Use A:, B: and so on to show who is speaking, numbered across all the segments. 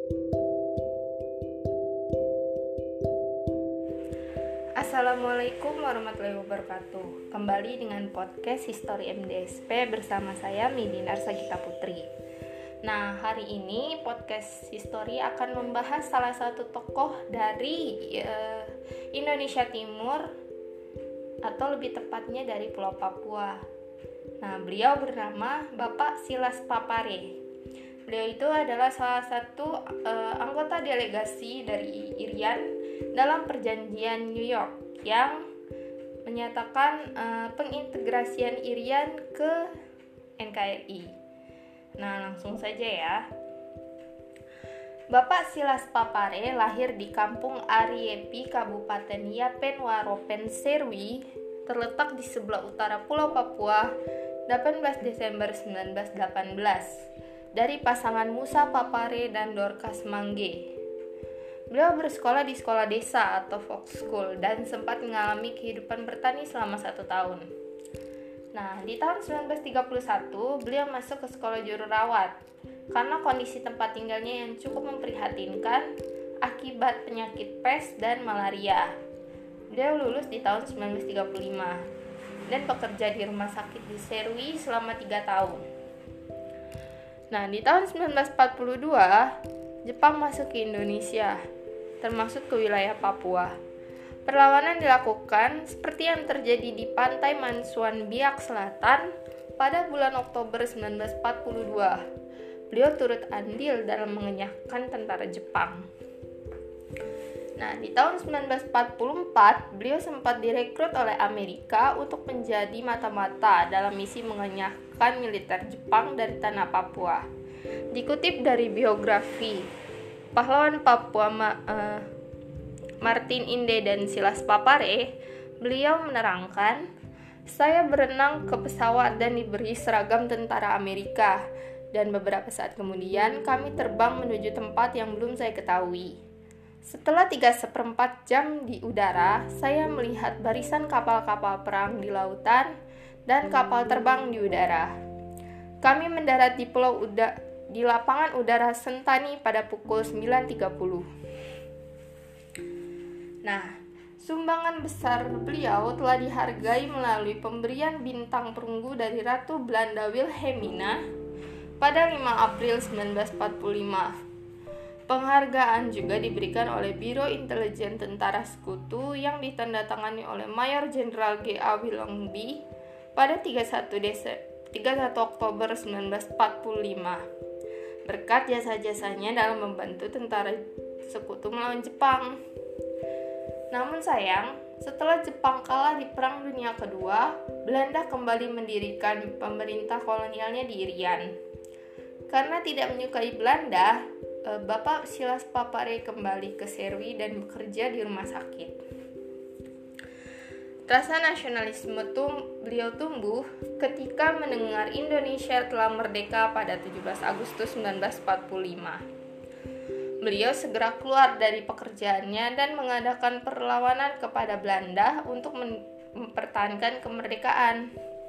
A: Assalamualaikum warahmatullahi wabarakatuh. Kembali dengan podcast History MDSP bersama saya Midinar Sagita Putri. Nah, hari ini podcast History akan membahas salah satu tokoh dari Indonesia Timur, atau lebih tepatnya dari Pulau Papua. Nah, beliau bernama Bapak Silas Papare. Beliau itu adalah salah satu anggota delegasi dari Irian dalam perjanjian New York yang menyatakan pengintegrasian Irian ke NKRI. Nah, langsung saja ya. Bapak Silas Papare lahir di Kampung Ariepi, Kabupaten Yapen Waropen Serwi, terletak di sebelah utara Pulau Papua, 18 Desember 1918. Dari pasangan Musa Papare dan Dorcas Mangge. Beliau bersekolah di sekolah desa atau folk school dan sempat mengalami kehidupan bertani selama 1 tahun. Nah, di tahun 1931 beliau masuk ke sekolah jururawat karena kondisi tempat tinggalnya yang cukup memprihatinkan akibat penyakit pes dan malaria. Beliau lulus di tahun 1935 dan bekerja di rumah sakit di Serwi selama 3 tahun. Nah, di tahun 1942, Jepang masuk ke Indonesia, termasuk ke wilayah Papua. Perlawanan dilakukan seperti yang terjadi di pantai Mansuan Biak Selatan pada bulan Oktober 1942. Beliau turut andil dalam mengenyahkan tentara Jepang. Nah, di tahun 1944, beliau sempat direkrut oleh Amerika untuk menjadi mata-mata dalam misi mengenyahkan militer Jepang dari tanah Papua. Dikutip dari biografi pahlawan Papua Martin Inde dan Silas Papare, beliau menerangkan, "Saya berenang ke pesawat dan diberi seragam tentara Amerika, dan beberapa saat kemudian kami terbang menuju tempat yang belum saya ketahui. Setelah 3/4 jam di udara, saya melihat barisan kapal-kapal perang di lautan dan kapal terbang di udara. Kami mendarat di lapangan udara Sentani pada pukul 9.30. Nah, sumbangan besar beliau telah dihargai melalui pemberian bintang perunggu dari Ratu Belanda Wilhelmina pada 5 April 1945. Penghargaan juga diberikan oleh Biro Intelijen Tentara Sekutu yang ditandatangani oleh Mayor Jenderal G.A. Willoughby pada 31 Oktober 1945 berkat jasa-jasanya dalam membantu tentara Sekutu melawan Jepang. Namun sayang, setelah Jepang kalah di Perang Dunia Kedua, Belanda kembali mendirikan pemerintah kolonialnya di Irian. Karena tidak menyukai Belanda, Bapak Silas Papare kembali ke Serwi dan bekerja di rumah sakit. Rasa nasionalisme beliau tumbuh ketika mendengar Indonesia telah merdeka pada 17 Agustus 1945. Beliau segera keluar dari pekerjaannya dan mengadakan perlawanan kepada Belanda untuk mempertahankan kemerdekaan.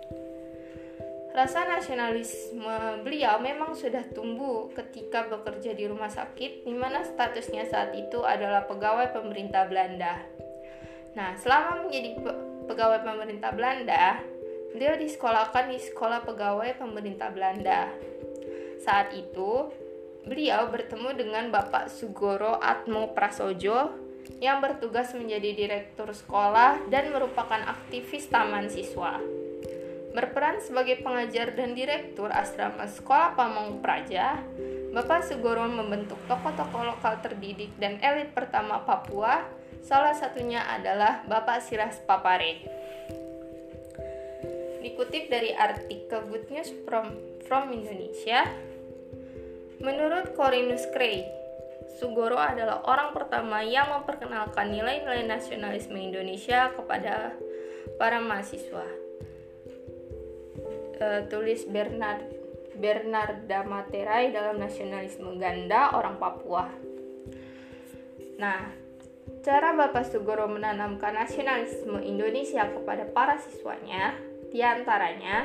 A: Rasa nasionalisme beliau memang sudah tumbuh ketika bekerja di rumah sakit, di mana statusnya saat itu adalah pegawai pemerintah Belanda. Nah, selama menjadi pegawai pemerintah Belanda, beliau disekolahkan di sekolah pegawai pemerintah Belanda. Saat itu, beliau bertemu dengan Bapak Sugoro Atmo Prasojo yang bertugas menjadi direktur sekolah dan merupakan aktivis taman siswa. Berperan sebagai pengajar dan direktur asrama sekolah Pamong Praja, Bapak Sugoro membentuk tokoh-tokoh lokal terdidik dan elit pertama Papua, salah satunya adalah Bapak Silas Papare. Dikutip dari artikel Good News from Indonesia, menurut Corinus Gray, Sugoro adalah orang pertama yang memperkenalkan nilai-nilai nasionalisme Indonesia kepada para mahasiswa. Tulis Bernarda Materai dalam Nasionalisme Ganda Orang Papua. Nah, cara Bapak Sugoro menanamkan nasionalisme Indonesia kepada para siswanya, diantaranya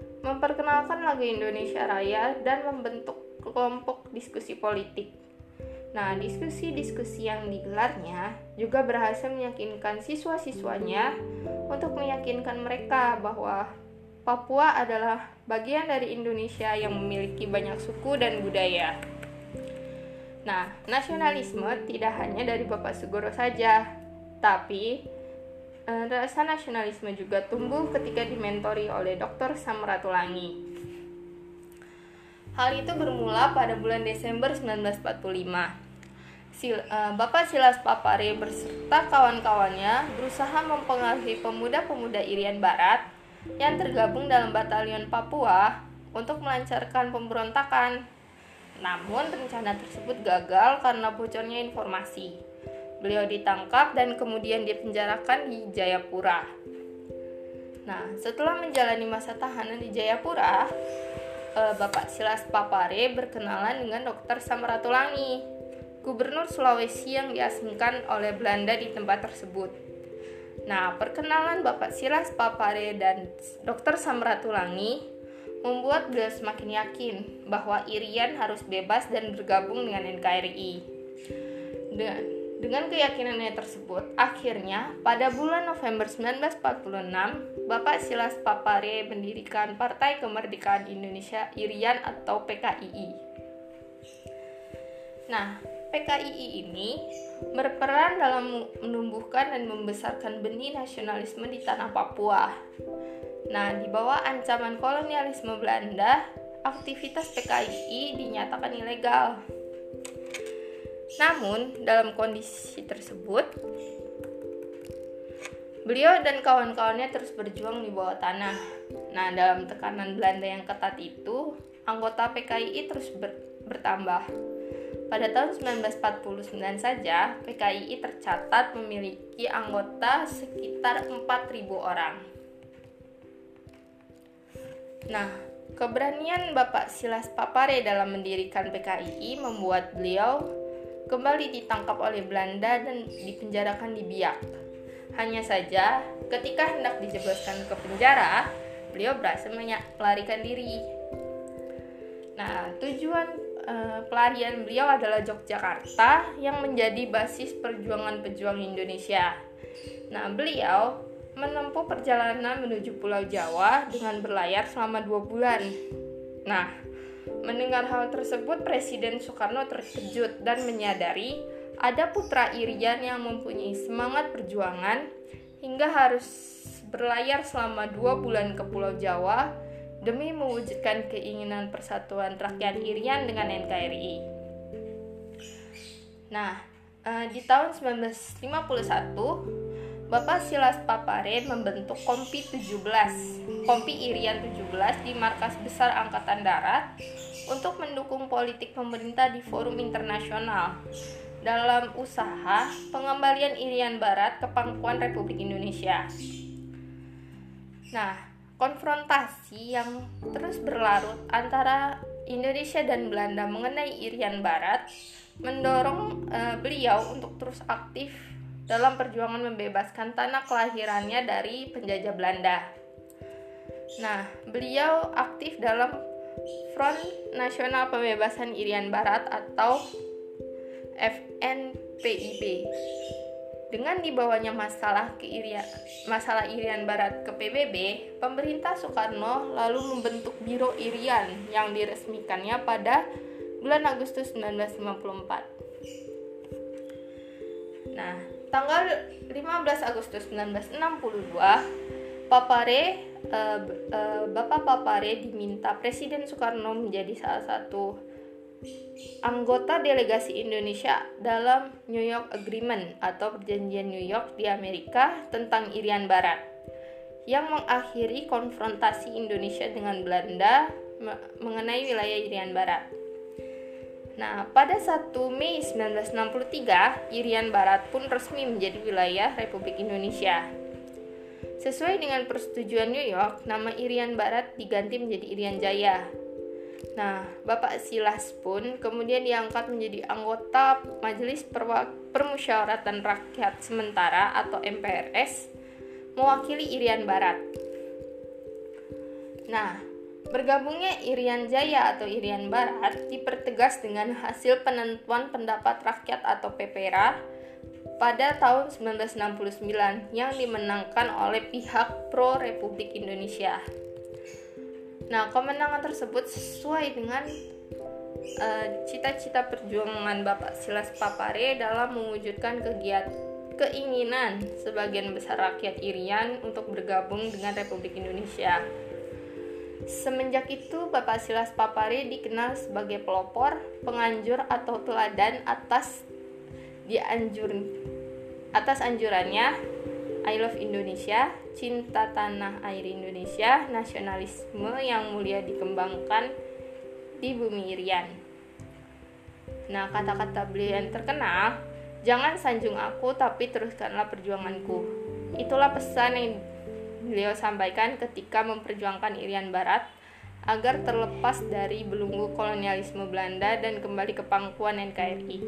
A: memperkenalkan lagu Indonesia Raya dan membentuk kelompok diskusi politik. Nah, diskusi-diskusi yang digelarnya juga berhasil meyakinkan siswa-siswanya untuk meyakinkan mereka bahwa Papua adalah bagian dari Indonesia yang memiliki banyak suku dan budaya. Nah, nasionalisme tidak hanya dari Bapak Sugoro saja, tapi rasa nasionalisme juga tumbuh ketika dimentori oleh Dr. Samratulangi. Hal itu bermula pada bulan Desember 1945. Bapak Silas Papare beserta kawan-kawannya berusaha mempengaruhi pemuda-pemuda Irian Barat yang tergabung dalam Batalion Papua untuk melancarkan pemberontakan. Namun rencana tersebut gagal karena bocornya informasi. Beliau ditangkap dan kemudian dipenjarakan di Jayapura. Nah, setelah menjalani masa tahanan di Jayapura, Bapak Silas Papare berkenalan dengan Dr. Samratulangi, Gubernur Sulawesi yang diasingkan oleh Belanda di tempat tersebut. Nah, perkenalan Bapak Silas Papare dan Dr. Samratulangi membuat beliau semakin yakin bahwa Irian harus bebas dan bergabung dengan NKRI. Dengan keyakinannya tersebut, akhirnya pada bulan November 1946, Bapak Silas Papare mendirikan Partai Kemerdekaan Indonesia Irian atau PKII. Nah, PKII ini berperan dalam menumbuhkan dan membesarkan benih nasionalisme di tanah Papua. Nah, di bawah ancaman kolonialisme Belanda, aktivitas PKII dinyatakan ilegal. Namun, dalam kondisi tersebut, beliau dan kawan-kawannya terus berjuang di bawah tanah. Nah, dalam tekanan Belanda yang ketat itu, anggota PKII terus bertambah. Pada tahun 1949 saja, PKII tercatat memiliki anggota sekitar 4.000 orang. Nah, keberanian Bapak Silas Papare dalam mendirikan PKII membuat beliau kembali ditangkap oleh Belanda dan dipenjarakan di Biak. Hanya saja, ketika hendak dijebloskan ke penjara, beliau berhasil melarikan diri. Nah, tujuan pelarian beliau adalah Yogyakarta yang menjadi basis perjuangan pejuang Indonesia. Nah, beliau menempuh perjalanan menuju Pulau Jawa dengan berlayar selama 2 bulan. Nah, mendengar hal tersebut, Presiden Soekarno terkejut dan menyadari ada putra Irian yang mempunyai semangat perjuangan hingga harus berlayar selama 2 bulan ke Pulau Jawa demi mewujudkan keinginan persatuan rakyat Irian dengan NKRI. Nah, di tahun 1951, Bapak Silas Papare membentuk Kompi 17, Kompi Irian 17 di Markas Besar Angkatan Darat untuk mendukung politik pemerintah di forum internasional dalam usaha pengembalian Irian Barat ke pangkuan Republik Indonesia. Nah, konfrontasi yang terus berlarut antara Indonesia dan Belanda mengenai Irian Barat mendorong beliau untuk terus aktif dalam perjuangan membebaskan tanah kelahirannya dari penjajah Belanda. Nah, beliau aktif dalam Front Nasional Pembebasan Irian Barat atau FNPIB. Dengan dibawanya masalah Irian Barat ke PBB, pemerintah Soekarno lalu membentuk Biro Irian yang diresmikannya pada bulan Agustus 1954. Nah, tanggal 15 Agustus 1962, Bapak Papare diminta Presiden Soekarno menjadi salah satu anggota delegasi Indonesia dalam New York Agreement atau Perjanjian New York di Amerika tentang Irian Barat yang mengakhiri konfrontasi Indonesia dengan Belanda mengenai wilayah Irian Barat. Nah, pada 1 Mei 1963, Irian Barat pun resmi menjadi wilayah Republik Indonesia. Sesuai dengan persetujuan New York, nama Irian Barat diganti menjadi Irian Jaya. Nah, Bapak Silas pun kemudian diangkat menjadi anggota Majelis Permusyawaratan Rakyat Sementara atau MPRS, mewakili Irian Barat. Nah, Bergabungnya Irian Jaya atau Irian Barat dipertegas dengan hasil penentuan pendapat rakyat atau PPRA pada tahun 1969 yang dimenangkan oleh pihak pro Republik Indonesia. Nah, kemenangan tersebut sesuai dengan cita-cita perjuangan Bapak Silas Papare dalam mewujudkan keinginan sebagian besar rakyat Irian untuk bergabung dengan Republik Indonesia. Semenjak itu, Bapak Silas Papare dikenal sebagai pelopor, penganjur atau teladan atas anjurannya I Love Indonesia, cinta tanah air Indonesia, nasionalisme yang mulia dikembangkan di bumi Irian. Nah, kata-kata beliau yang terkenal, jangan sanjung aku tapi teruskanlah perjuanganku. Itulah pesan yang beliau sampaikan ketika memperjuangkan Irian Barat agar terlepas dari belenggu kolonialisme Belanda dan kembali ke pangkuan NKRI.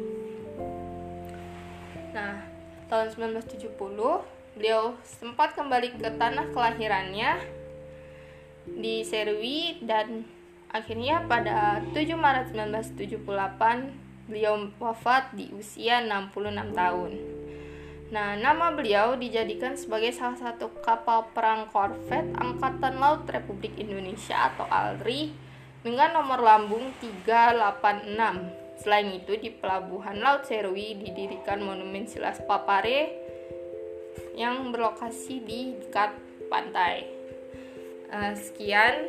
A: Nah, tahun 1970 beliau sempat kembali ke tanah kelahirannya di Serwi dan akhirnya pada 7 Maret 1978 beliau wafat di usia 66 tahun. Nah, nama beliau dijadikan sebagai salah satu kapal perang korvet Angkatan Laut Republik Indonesia atau ALRI dengan nomor lambung 386. Selain itu, di Pelabuhan Laut Serwi didirikan Monumen Silas Papare yang berlokasi di dekat pantai. Sekian,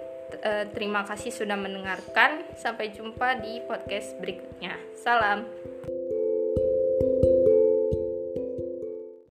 A: terima kasih sudah mendengarkan. Sampai jumpa di podcast berikutnya. Salam.